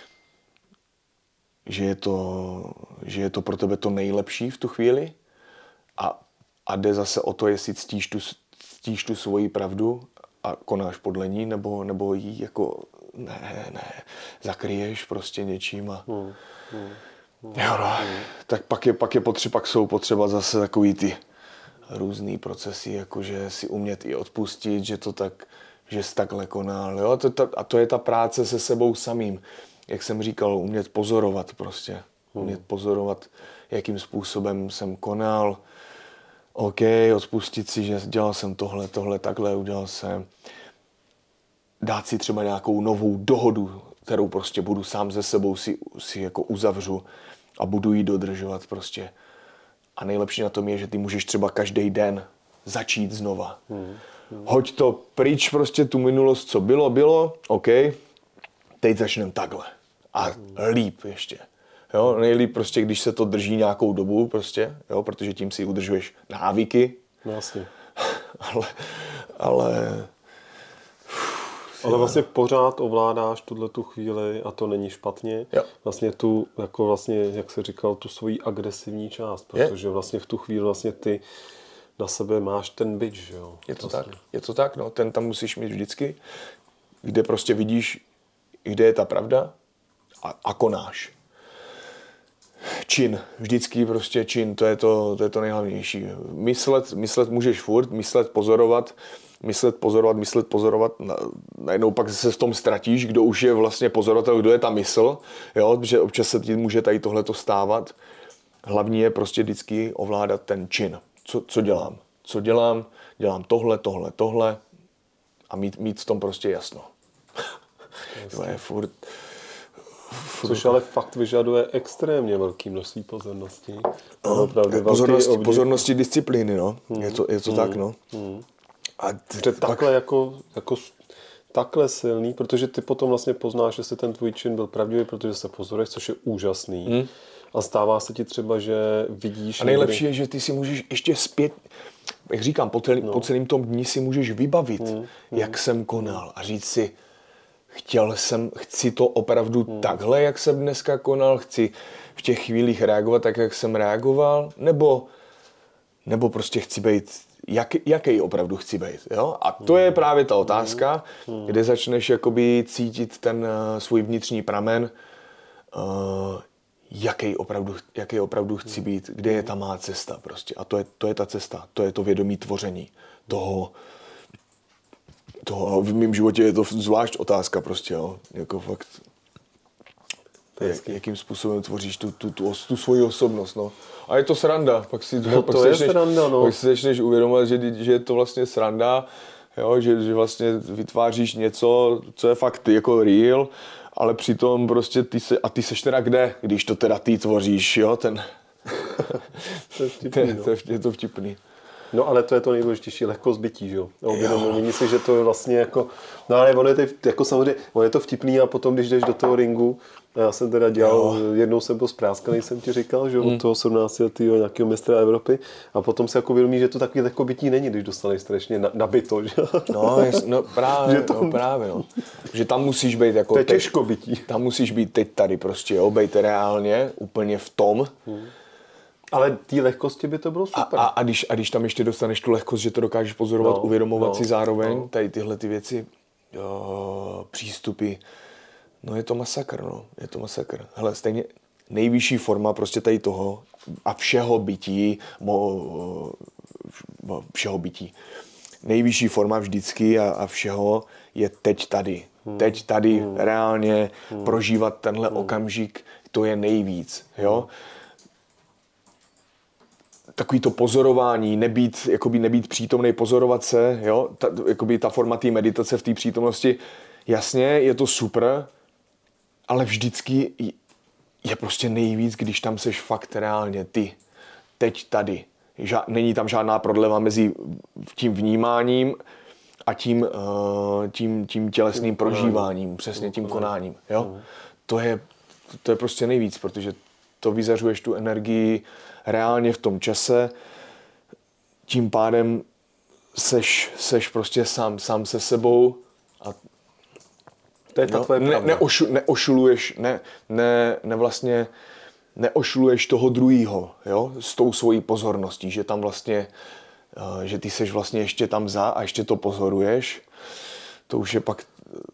že je to, že je to pro tebe to nejlepší v tu chvíli a, a jde zase o to, jestli ctíš tu, ctíš tu svoji pravdu a konáš podle ní, nebo, nebo jí jako ne, ne, zakryješ prostě něčím a hmm, hmm, hmm, jo no, hmm. tak pak je, pak je potřeba, pak jsou potřeba zase takový ty různý procesy, jakože si umět i odpustit, že to tak, že jsi takhle konal, jo, to, to, a to je ta práce se sebou samým, jak jsem říkal, umět pozorovat prostě, umět pozorovat, jakým způsobem jsem konal, OK, odpustit si, že dělal jsem tohle, tohle, takhle, udělal jsem, dát si třeba nějakou novou dohodu, kterou prostě budu sám ze sebou si, si jako uzavřu a budu ji dodržovat prostě. A nejlepší na tom je, že ty můžeš třeba každý den začít znova. Hmm. Hmm. Hoď to pryč prostě tu minulost, co bylo, bylo, OK, teď začneme takhle. A hmm. líp ještě. Jo, nejlíp prostě, když se to drží nějakou dobu prostě, jo, protože tím si udržuješ návyky. No jasně. ale, ale... Ale vlastně pořád ovládáš tuhle tu chvíli a to není špatně. Jo. Vlastně tu, jako vlastně, jak se říkal, tu svoji agresivní část, protože vlastně v tu chvíli vlastně ty na sebe máš ten bič, že jo. Je to vlastně. tak, je to tak, no, ten tam musíš mít vždycky, kde prostě vidíš, kde je ta pravda a, a konáš. Čin, vždycky prostě čin, to je to, to je to nejhlavnější. Myslet, myslet můžeš furt, myslet, pozorovat, myslet, pozorovat, myslet, pozorovat, najednou pak se v tom ztratíš, kdo už je vlastně pozorovatel, kdo je ta mysl, jo, že občas se ti může tady tohleto stávat. Hlavní je prostě vždycky ovládat ten čin. Co, co dělám? Co dělám? Dělám tohle, tohle, tohle a mít, mít v tom prostě jasno. To je furt... Což ale fakt vyžaduje extrémně velké množství pozornosti. No, pozornosti, pozornosti, disciplíny, no. Hmm. Je to, je to hmm. tak, no. Hmm. A t- takhle jako, jako takhle silný, protože ty potom vlastně poznáš, jestli ten tvůj čin byl pravdivý, protože se pozoruješ, což je úžasný. Hmm. A stává se ti třeba, že vidíš... A nejlepší někdy... je, že ty si můžeš ještě zpět, jak říkám, po, celý, no. po celém tom dní si můžeš vybavit, hmm. jak jsem konal a říct si, chtěl jsem, chci to opravdu hmm. takhle, jak jsem dneska konal, chci v těch chvílích reagovat tak, jak jsem reagoval, nebo, nebo prostě chci být, jak, jaký opravdu chci být, jo? A to je právě ta otázka, hmm. kde začneš jakoby cítit ten uh, svůj vnitřní pramen, uh, jaký opravdu, jaký opravdu chci být, kde je ta má cesta prostě. A to je, to je ta cesta, to je to vědomí tvoření toho, toho, v mém životě je to zvlášť otázka prostě, jo. Jako fakt, jak, jakým způsobem tvoříš tu, tu, tu, tu svoji osobnost, no. A je to sranda, pak si, no, pak to se je začneš, sranda, no. pak si začneš uvědomovat, že, že je to vlastně sranda, jo, že, že vlastně vytváříš něco, co je fakt jako real, ale přitom prostě ty se, a ty seš teda kde, když to teda ty tvoříš, jo, ten, to je vtipný, no. to je, je to vtipný. No ale to je to nejdůležitější, lehkost bytí, že jo. Uvědomění si, že to je vlastně jako, no ale ono je, to, jako samozřejmě, ono je to vtipný a potom, když jdeš do toho ringu, já jsem teda dělal, jo. jednou jsem byl zpráskaný, jsem ti říkal, že mm. od toho sedmnáctiletého nějakého mistra Evropy a potom se jako uvědomí, že to takový lehkobytí není, když dostaneš strašně nabito, že no, jest, no právě, to... no právě, no. Že tam musíš být jako... To je těžkobytí. Tam musíš být teď tady prostě, jo, být reálně, úplně v tom. Mm. Ale té lehkosti by to bylo super. A, a, a, když, a když tam ještě dostaneš tu lehkost, že to dokážeš pozorovat, no, uvědomovat no, si zároveň no. tady tyhle ty věci, jo, přístupy, no je to masakr, no, je to masakr. Hele, stejně nejvyšší forma prostě tady toho a všeho bytí, mo, všeho bytí. Nejvyšší forma vždycky a, a všeho je teď tady. Hmm. Teď tady hmm. reálně hmm. prožívat tenhle hmm. okamžik, to je nejvíc, jo. Hmm. Takový to pozorování, nebýt, jakoby nebýt přítomnej, pozorovat se, jo, ta, jakoby ta forma té meditace v té přítomnosti, jasně, je to super, ale vždycky je prostě nejvíc, když tam seš fakt reálně ty, teď tady. Ža, není tam žádná prodleva mezi tím vnímáním a tím, uh, tím, tím tělesným tím prožíváním, přesně tím konáním, jo. To je, to je prostě nejvíc, protože to vyzařuješ tu energii reálně v tom čase, tím pádem seš, seš prostě sám, sám se sebou a to je ta tvoje ne, neošu, neošuluješ, ne, ne, ne vlastně neošuluješ toho druhýho, jo, s tou svojí pozorností, že tam vlastně, že ty seš vlastně ještě tam za a ještě to pozoruješ, to už je pak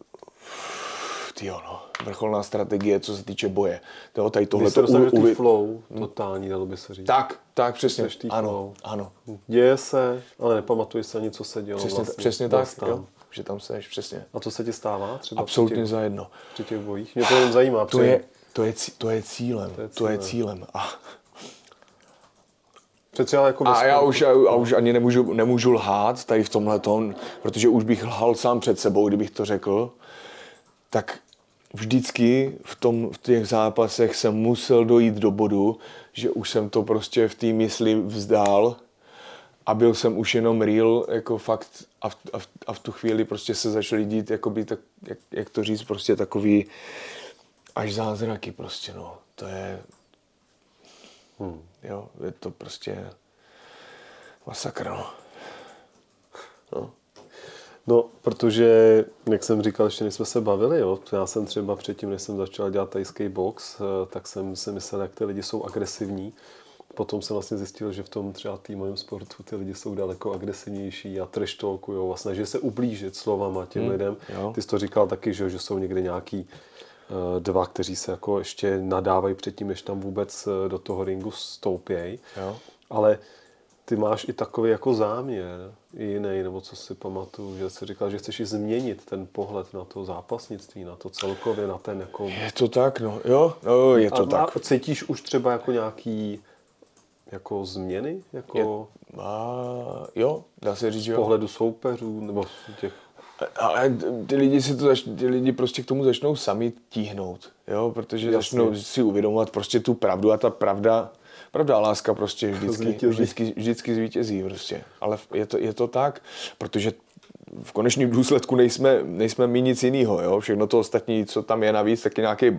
tyjo, no, vrcholná strategie, co se týče boje. To, tady tohle to u, u, flow, totální, dalo by se říct. Tak, tak, přesně. Ano, ano. Děje se, ale nepamatuješ se ani, co se dělo. Přesně, vlastně. přesně tak, jo, že tam seš, přesně. A to se ti stává třeba? Absolutně při těch, zajedno. Při těch bojích? Mě to jenom zajímá. To je, to, je, to je cílem, to je cílem. To je cílem. A, jako a já už, a už ani nemůžu, nemůžu lhát tady v tomhletom, protože už bych lhal sám před sebou, kdybych to řekl, tak vždycky v, tom, v těch zápasech jsem musel dojít do bodu, že už jsem to prostě v té mysli vzdál a byl jsem už jenom real, jako fakt a v, a v, a v tu chvíli prostě se začaly dít, jakoby tak, jak, jak to říct, prostě takový až zázraky prostě, no. to je, Hmm. jo, je to prostě masakr, no. no. No, protože, jak jsem říkal, ještě než jsme se bavili, jo, já jsem třeba předtím, než jsem začal dělat tajský box, tak jsem si myslel, jak ty lidi jsou agresivní. Potom jsem vlastně zjistil, že v tom třeba týmovém sportu ty lidi jsou daleko agresivnější a trash talkujou a snaží se ublížit slovama těm hmm, lidem. Jo. Ty jsi to říkal taky, že, že jsou někdy nějaký uh, dva, kteří se jako ještě nadávají předtím, než tam vůbec do toho ringu stoupějí. Ale ty máš i takový jako záměr, i jiný, nebo co si pamatuju, že jsi říkal, že chceš i změnit ten pohled na to zápasnictví, na to celkově, na ten jako... Je to tak, no, jo, no, je to a, tak. A cítíš už třeba jako nějaký jako změny? Jako je, a, jo, dá se říct, z pohledu soupeřů, nebo těch... Ale ty lidi, si to zač, ty lidi prostě k tomu začnou sami tíhnout, jo, protože Jasně. začnou si uvědomovat prostě tu pravdu a ta pravda... Pravda a láska prostě vždycky, vždycky, vždycky zvítězí prostě. Ale je to, je to tak, protože v konečném důsledku nejsme, nejsme my nic jiného, jo. Všechno to ostatní, co tam je navíc, tak je nějaký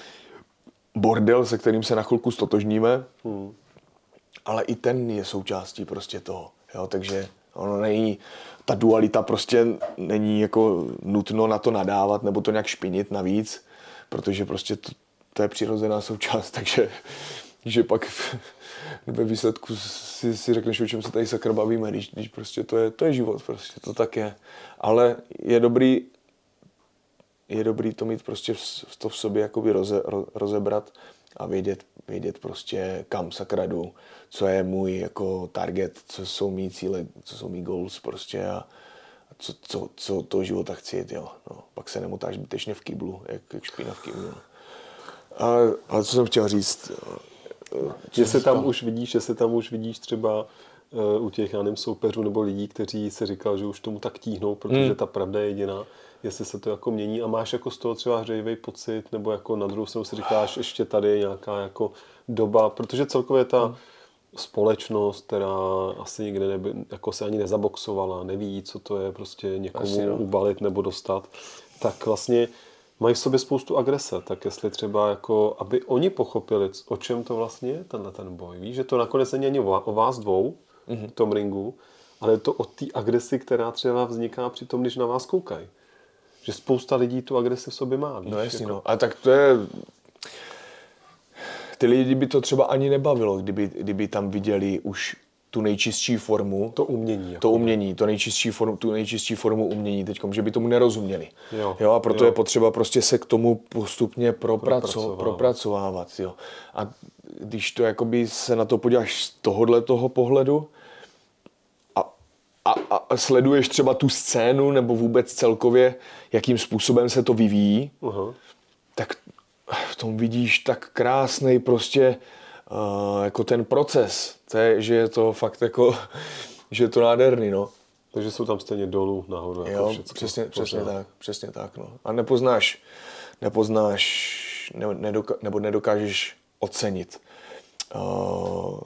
bordel, se kterým se na chvilku stotožníme. Hmm. Ale i ten je součástí prostě toho, jo. Takže ono není, ta dualita prostě není jako nutno na to nadávat nebo to nějak špinit navíc, protože prostě to, to je přirozená součást, takže že pak ve výsledku si, si řekneš, o čem se tady sakra bavíme, když, když prostě to je, to je život, prostě to tak je. Ale je dobrý, je dobrý to mít prostě v, to v sobě jakoby roze, ro, rozebrat a vědět, vědět prostě kam sakra jdu, co je můj jako target, co jsou mý cíle, co jsou mý goals prostě a co, co, co toho života chci jít, jo. No, pak se nemotáš zbytečně v kýblu, jak, jak špína v kýblu. No. Ale, ale co jsem chtěl říct... Jestli tam už vidíš, jestli tam už vidíš třeba uh, u těch, já nevím, soupeřů nebo lidí, kteří si říkal, že už tomu tak tíhnou, protože hmm. ta pravda je jediná, jestli se to jako mění a máš jako z toho třeba hřejivý pocit, nebo jako na druhou stranu si říkáš, ještě tady je nějaká jako doba, protože celkově ta hmm. společnost, která asi nikdy neby, jako se ani nezaboxovala, neví, co to je prostě někomu asi, no. ubalit nebo dostat, tak vlastně mají v sobě spoustu agrese, tak jestli třeba jako, aby oni pochopili, o čem to vlastně je tenhle ten boj. Víš, že to nakonec není ani o vás dvou mm-hmm. v tom ringu, ale je to o té agresi, která třeba vzniká při tom, když na vás koukají. Že spousta lidí tu agresi v sobě má. Víš, no jasně, jako... no. A tak to je... Ty lidi by to třeba ani nebavilo, kdyby, kdyby tam viděli už tu nejčistší formu. To umění. Jako to umění, to nejčistší formu, tu nejčistší formu umění teďkom, že by tomu nerozuměli. Jo, jo a proto jo. je potřeba prostě se k tomu postupně propraco, propracovávat. Jo. A když to jakoby se na to podíváš z tohohle toho pohledu a, a, a sleduješ třeba tu scénu nebo vůbec celkově, jakým způsobem se to vyvíjí, uh-huh. tak v tom vidíš tak krásnej prostě Uh, jako ten proces, to je, že je to fakt jako, že je to nádherný, no. Takže jsou tam stejně dolů, nahoru, jako jo, všecko. Přesně, přesně tak, přesně tak, no. A nepoznáš, nepoznáš, ne, nedoka, nebo nedokážeš ocenit uh,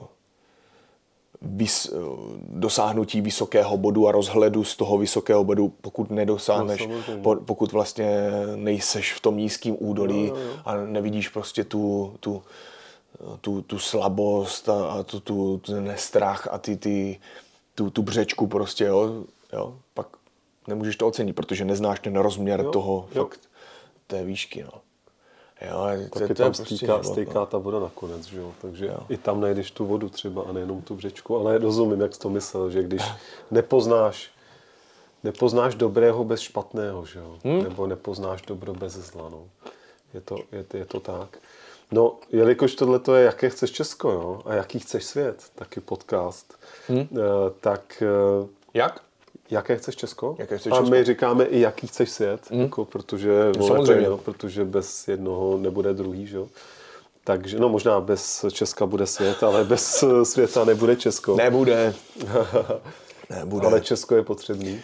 vys, dosáhnutí vysokého bodu a rozhledu z toho vysokého bodu, pokud nedosáhneš, no, po, pokud vlastně nejseš v tom nízkém údolí no, no, no. a nevidíš prostě tu, tu Tu, tu slabost a, a tu, tu, ten nestrach a ty, ty, tu, tu břečku prostě, jo, jo, pak nemůžeš to ocenit, protože neznáš ten rozměr jo, toho jo. fakt té výšky, no. Jo, tak je tam prostě stýká, stýká ta voda nakonec, že jo, takže jo. i tam najdeš tu vodu třeba a nejenom tu břečku, ale rozumím, jak jsi to myslel, že když nepoznáš, nepoznáš dobrého bez špatného, že jo, hmm? nebo nepoznáš dobro bez zla, no. Je to, je, je to tak. No, jelikož tohleto je Jaké chceš Česko, jo, a Jaký chceš svět, taky podcast, hmm? uh, tak... Uh, Jak? Jaké chceš Česko? Jaké chceš a Česko? my říkáme i Jaký chceš svět, hmm? jako, protože, no, samozřejmě. Jo, protože bez jednoho nebude druhý, že jo. Takže, no možná bez Česka bude svět, ale bez světa nebude Česko. Nebude. Nebude. Ale Česko je potřebný.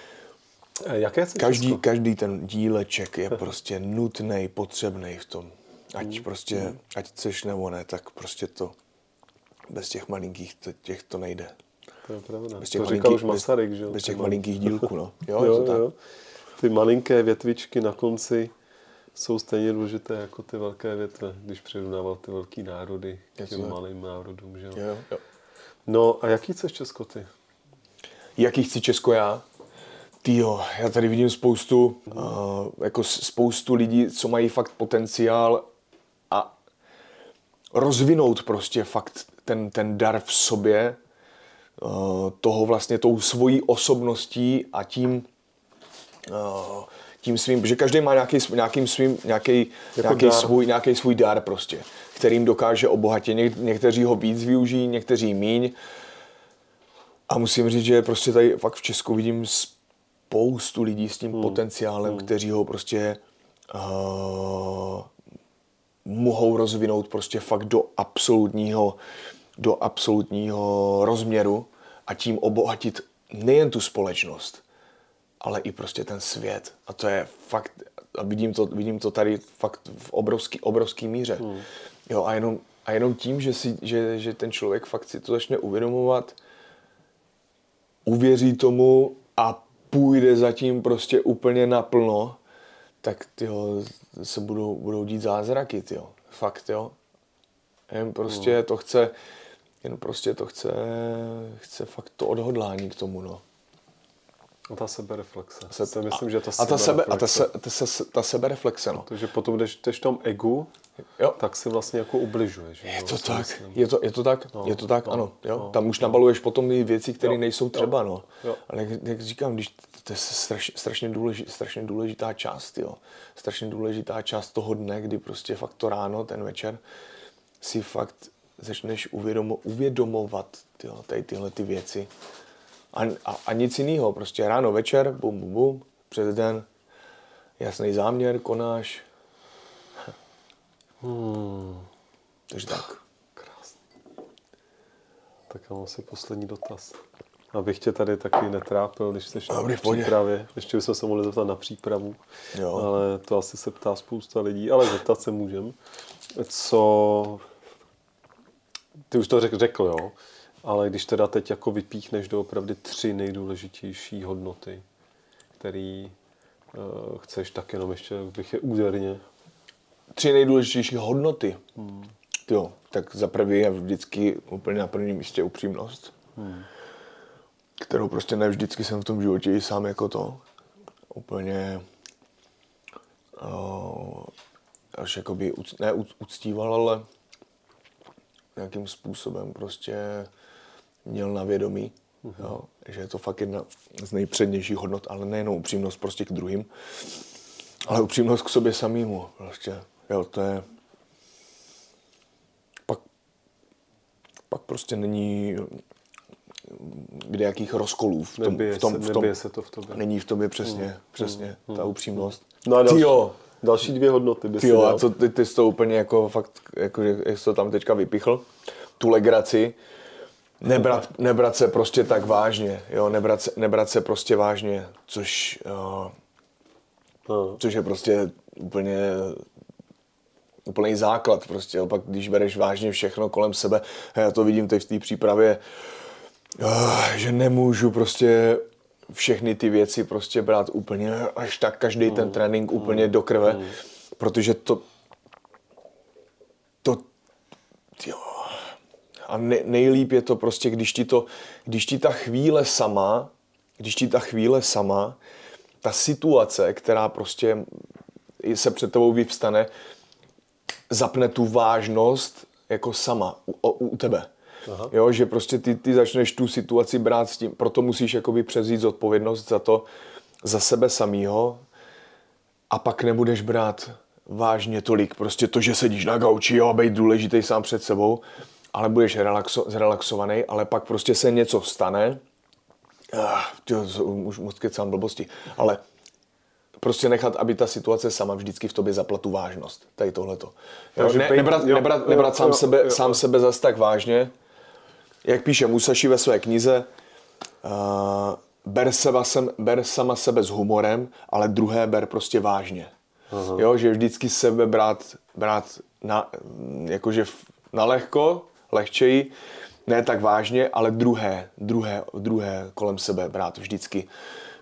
Jaké chceš každý, Česko? Každý ten díleček je prostě nutnej, potřebnej v tom. Ať prostě, mm. ať chceš nebo ne, tak prostě to bez těch malinkých těch to nejde. To je pravda. Bez těch to říkal už Masaryk, bez, že jo? Bez těch malinkých dílků, no. Jo, jo, je to tak. Jo. Ty malinké větvičky na konci jsou stejně důležité jako ty velké větve, když přirovnával ty velký národy k těm malým národům. Že? Jo, jo. No a jaký chceš Česko ty? Jaký chci Česko já? Týjo, já tady vidím spoustu, mm. uh, jako spoustu lidí, co mají fakt potenciál a rozvinout prostě fakt ten, ten dar v sobě, uh, toho vlastně tou svojí osobností a tím, uh, tím svým, že každý má nějaký, nějakým svým, nějaký, jako nějaký, svůj, nějaký svůj dar prostě, kterým dokáže obohatit. Něk, někteří ho víc využijí, někteří míň. A musím říct, že prostě tady fakt v Česku vidím spoustu lidí s tím hmm. potenciálem, hmm. kteří ho prostě uh, mohou rozvinout prostě fakt do absolutního, do absolutního rozměru a tím obohatit nejen tu společnost, ale i prostě ten svět. A to je fakt, a vidím to, vidím to tady fakt v obrovský, obrovský míře. Hmm. Jo, a jenom, a jenom tím, že, si, že, že ten člověk fakt si to začne uvědomovat, uvěří tomu a půjde zatím prostě úplně naplno, tak tyjo, se budou, budou dít zázraky, tyjo. Fakt, jo. Jen prostě to chce, jen prostě to chce, chce fakt to odhodlání k tomu, no. A ta sebereflexe. Se, to myslím, že ta a ta, sebe, a ta, se, ta, se, ta sebereflexe, no. Protože potom, když jdeš v tom egu, jo. tak si vlastně jako ubližuješ. Je to vlastně tak, je to, je to tak, no, je to tak, no, ano. Jo? No, Tam už nabaluješ potom i věci, které jo, nejsou třeba, jo, no. Jo. Ale jak, jak říkám, když to je straš, strašně, důležitá, strašně důležitá část, jo. Strašně důležitá část toho dne, kdy prostě fakt to ráno, ten večer, si fakt začneš uvědomo, uvědomovat tyjo, tady tyhle ty věci. A, a, a nic jiného, prostě ráno, večer, bum, bum, bum, přes den, jasný záměr, konáš. Hmm. Takže tak. Krásný. Tak já mám asi poslední dotaz. Abych tě tady taky netrápil, když jsi na přípravě. Ještě bychom se mohli zeptat na přípravu. Jo. Ale to asi se ptá spousta lidí, ale zeptat se můžem. Co... Ty už to řekl, řekl, jo? Ale když teda teď jako vypíchneš doopravdy tři nejdůležitější hodnoty, který uh, chceš, tak jenom ještě bych je úderně. Tři nejdůležitější hodnoty? Hmm. Jo, tak za prvý je vždycky úplně na prvním místě upřímnost, hmm. kterou prostě ne vždycky jsem v tom životě i sám jako to. Úplně uh, až jakoby ne uctíval, ale nějakým způsobem prostě měl na vědomí, uh-huh. jo, že je to fakt jedna z nejpřednějších hodnot, ale nejenom upřímnost prostě k druhým, ale upřímnost k sobě samému. Prostě, jo, to je... Pak, pak prostě není kde jakých rozkolů v tom, nebije v tom, se, v tom, nebije se to v tobě. Není v tobě přesně, uh-huh. přesně, uh-huh. ta upřímnost. No a další, další dvě hodnoty by si jo, dal. a co ty, ty jsi to úplně jako fakt, jako, jak jsi to tam teďka vypichl, tu legraci, nebrat, nebrat se prostě tak vážně, jo, nebrat se, nebrat se prostě vážně, což, jo, no. což je prostě úplně úplný základ prostě, jo, pak když bereš vážně všechno kolem sebe, já to vidím teď v té přípravě, jo, že nemůžu prostě všechny ty věci prostě brát úplně až tak, každý ten trénink úplně do krve, protože to, to, jo, a ne, nejlíp je to prostě, když ti to, když ti ta chvíle sama, když ti ta chvíle sama, ta situace, která prostě se před tebou vyvstane, zapne tu vážnost jako sama u, u tebe. Aha. Jo, že prostě ty, ty začneš tu situaci brát s tím, proto musíš jakoby převzít zodpovědnost za to, za sebe samýho a pak nebudeš brát vážně tolik, prostě to, že sedíš na gauči, jo, a být důležitý sám před sebou, ale budeš relaxo, zrelaxovaný, ale pak prostě se něco stane, ah, tyjo, už moc kecám blbosti, ale prostě nechat, aby ta situace sama vždycky v tobě zapla tu vážnost, tady tohleto. Jo, ne, nebrat, jo, nebrat, jo, nebrat jo, sám, jo, sebe, jo, sám jo. sebe zas tak vážně, jak píše Musashi ve své knize, uh, ber, seba sem, ber sama sebe s humorem, ale druhé ber prostě vážně. Aha. Jo, že vždycky sebe brát, brát na, jakože na lehko, lehčeji, ne tak vážně, ale druhé, druhé, druhé kolem sebe brát vždycky,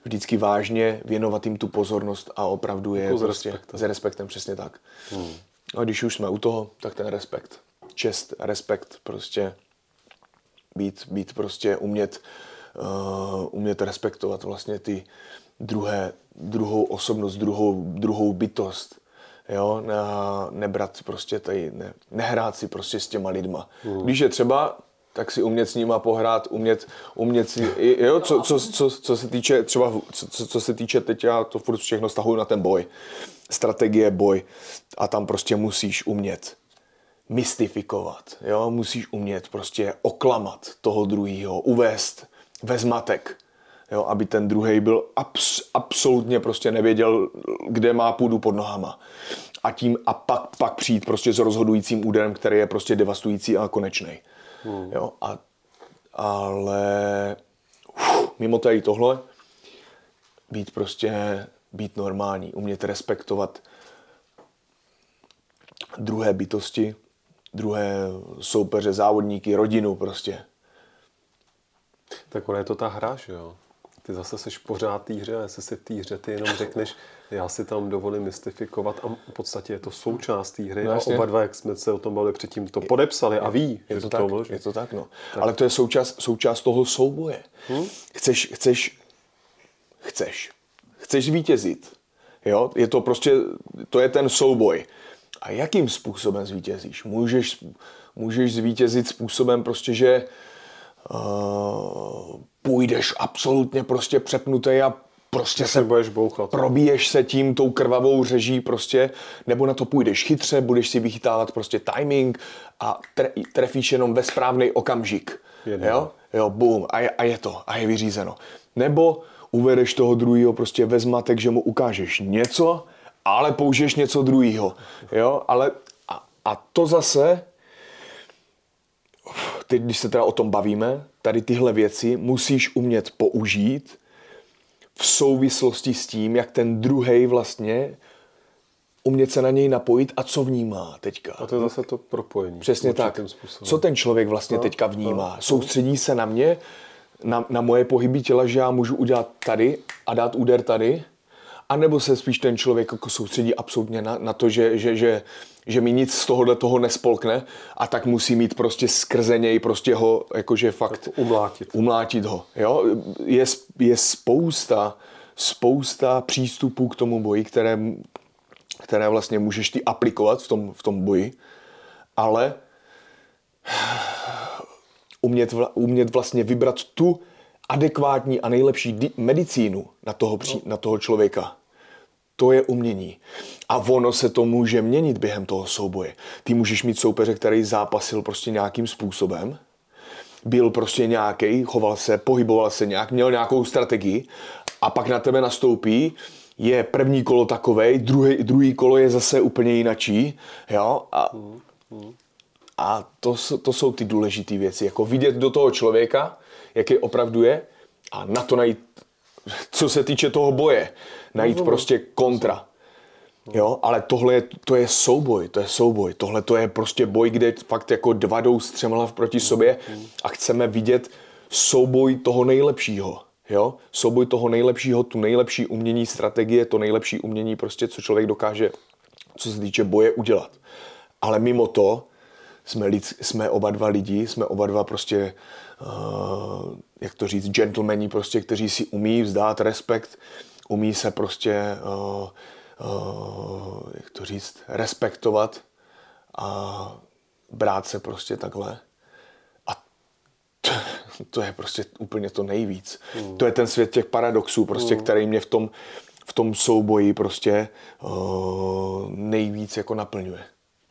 vždycky vážně, věnovat jim tu pozornost a opravdu je jako s prostě respektem. s respektem, přesně tak. Hmm. A když už jsme u toho, tak ten respekt. Čest, respekt, prostě být, být prostě umět, uh, umět respektovat vlastně ty druhé, druhou osobnost, druhou, druhou bytost. Jo, ne, nebrat prostě tady, ne, nehrát si prostě s těma lidma. Hmm. Když je třeba, tak si umět s nima pohrát, umět, umět si, jo, co, co, co, co se týče třeba, co, co se týče teď, já to furt všechno stahuju na ten boj. Strategie, boj a tam prostě musíš umět mystifikovat, jo, musíš umět prostě oklamat toho druhýho, uvést ve zmatek, jo, aby ten druhý byl abs, absolutně prostě nevěděl, kde má půdu pod nohama. A tím a pak, pak přijít prostě s rozhodujícím úderem, který je prostě devastující a konečný. Hmm. Jo, a, ale uf, mimo tady tohle být prostě být normální, umět respektovat druhé bytosti, druhé soupeře, závodníky, rodinu prostě. Tak ona je to ta hra, že jo? Ty zase seš pořád té hře a jestli si v té hře ty jenom řekneš, já si tam dovolím mystifikovat a v podstatě je to součást té hry. No, a oba dva, jak jsme se o tom bavili předtím, to podepsali a ví, je že to, to tak, bylo, že? Je to tak, no. Tak. Ale to je součást, součást toho souboje. Hmm? Chceš, chceš, chceš, chceš zvítězit. Jo? Je to prostě, to je ten souboj. A jakým způsobem zvítězíš? Můžeš, můžeš zvítězit způsobem prostě, že uh, půjdeš absolutně prostě přepnutý a prostě se budeš bouchat. Probíješ se tím tou krvavou řeží prostě, nebo na to půjdeš chytře, budeš si vychytávat prostě timing a tre, trefíš jenom ve správný okamžik. Jedno. Jo? Jo, boom, a je, a je to, a je vyřízeno. Nebo uvedeš toho druhého prostě ve zmatek, že mu ukážeš něco, ale použiješ něco druhého. Jo, ale a, a to zase, teď když se teda o tom bavíme, tady tyhle věci musíš umět použít v souvislosti s tím, jak ten druhej vlastně umět se na něj napojit a co vnímá teďka. A to je zase to propojení. Přesně tak. Způsobem. Co ten člověk vlastně no, teďka vnímá. No, Soustředí se na mě, na, na moje pohyby těla, že já můžu udělat tady a dát úder tady, a nebo se spíš ten člověk jako soustředí absolutně na, na to, že, že, že, že mi nic z tohohle toho nespolkne a tak musí mít prostě skrze něj prostě ho jakože fakt tak umlátit. umlátit ho. Jo? Je, je spousta, spousta přístupů k tomu boji, které, které vlastně můžeš ty aplikovat v tom, v tom boji, ale umět, umět vlastně vybrat tu adekvátní a nejlepší di- medicínu na toho, při- na toho člověka. To je umění. A ono se to může měnit během toho souboje. Ty můžeš mít soupeře, který zápasil prostě nějakým způsobem, byl prostě nějaký, choval se, pohyboval se nějak, měl nějakou strategii a pak na tebe nastoupí, je první kolo takovej, druhý, druhý kolo je zase úplně jinačí, jo, a, a to, to jsou ty důležité věci, jako vidět do toho člověka, jaký opravdu je a na to najít, co se týče toho boje, najít no, prostě kontra. Jo, ale tohle je, to je souboj, to je souboj. Tohle to je prostě boj, kde fakt jako dva jdou střemhlav proti sobě a chceme vidět souboj toho nejlepšího. Jo? Souboj toho nejlepšího, tu nejlepší umění strategie, to nejlepší umění prostě, co člověk dokáže, co se týče boje, udělat. Ale mimo to jsme, lid, jsme oba dva lidi, jsme oba dva prostě, uh, jak to říct, gentlemani prostě, kteří si umí vzdát respekt, umí se prostě, uh, uh, jak to říct, respektovat a brát se prostě takhle. A to, to je prostě úplně to nejvíc. Mm. To je ten svět těch paradoxů, prostě, mm. který mě v tom, v tom souboji prostě uh, nejvíc jako naplňuje.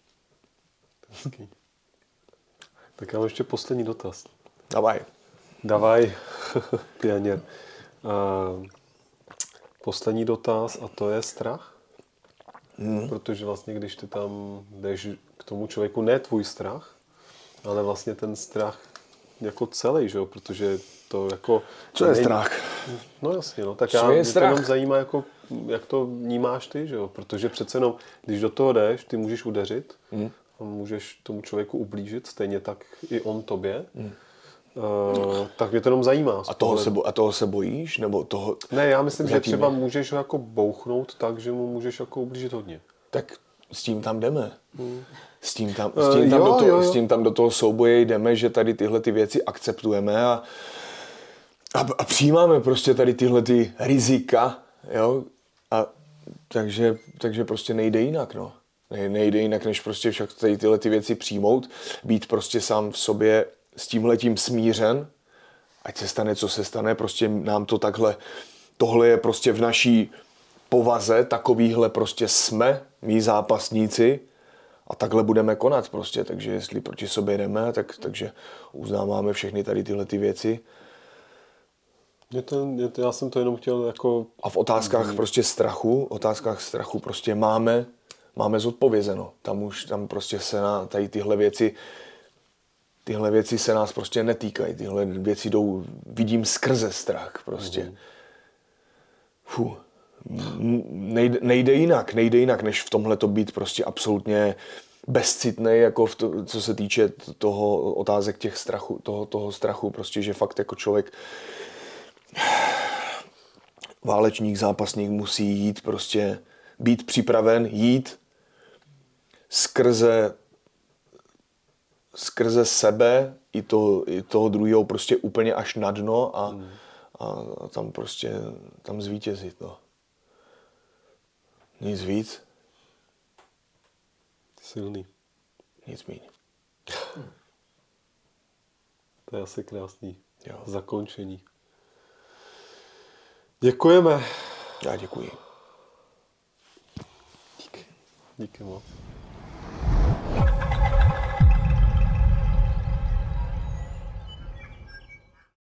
Okay. Tak já mám ještě poslední dotaz. Davaj. Davaj, pioněr. Uh, poslední dotaz a to je strach. Hmm. Protože vlastně, když ty tam jdeš k tomu člověku, ne tvůj strach, ale vlastně ten strach jako celý, že jo? Protože to jako... Co je nej... strach? No jasně, no. Tak Co já, je mě strach? to jenom zajímá, jako, jak to vnímáš ty, že jo? Protože přece jenom, když do toho jdeš, ty můžeš udeřit, hmm. a můžeš tomu člověku ublížit, stejně tak i on tobě. Hmm. Uh, tak mě to jenom zajímá. A toho, se, bo, a toho se bojíš? Nebo toho... Ne, já myslím, zatím že třeba je. můžeš ho jako bouchnout tak, že mu můžeš jako ublížit hodně. Tak s tím tam jdeme. Hmm. S tím tam, Uh, s tím tam, jo, do toho, jo, jo. S tím tam do toho souboje jdeme, že tady tyhle ty věci akceptujeme a, a, a přijímáme prostě tady tyhle ty rizika, jo? A takže, takže prostě nejde jinak, no. Nejde jinak, než prostě však tady tyhle ty věci přijmout, být prostě sám v sobě s tímhletím smířen, ať se stane, co se stane, prostě nám to takhle, tohle je prostě v naší povaze, takovýhle prostě jsme, mý zápasníci a takhle budeme konat prostě, takže jestli proti sobě jdeme, tak, takže uznáváme všechny tady tyhle ty věci. Mě to, mě to, já jsem to jenom chtěl jako... A v otázkách prostě strachu, otázkách strachu prostě máme, máme zodpovězeno. Tam už, tam prostě se na tady tyhle věci, tyhle věci se nás prostě netýkají. Tyhle věci jdou, vidím skrze strach prostě. Mm. Fuh. Nejde, nejde jinak, nejde jinak, než v tomhle to být prostě absolutně bezcitnej, jako v to, co se týče toho otázek těch strachu, toho, toho strachu, prostě, že fakt jako člověk válečník, zápasník musí jít prostě, být připraven, jít skrze skrze sebe i, to, i toho druhého prostě úplně až na dno a, mm. a, a tam prostě, tam zvítězit, no. Nic víc. Silný. Nic míň. To je asi krásný. Jo. Zakončení. Děkujeme. Já děkuji. Díky. Díky moc.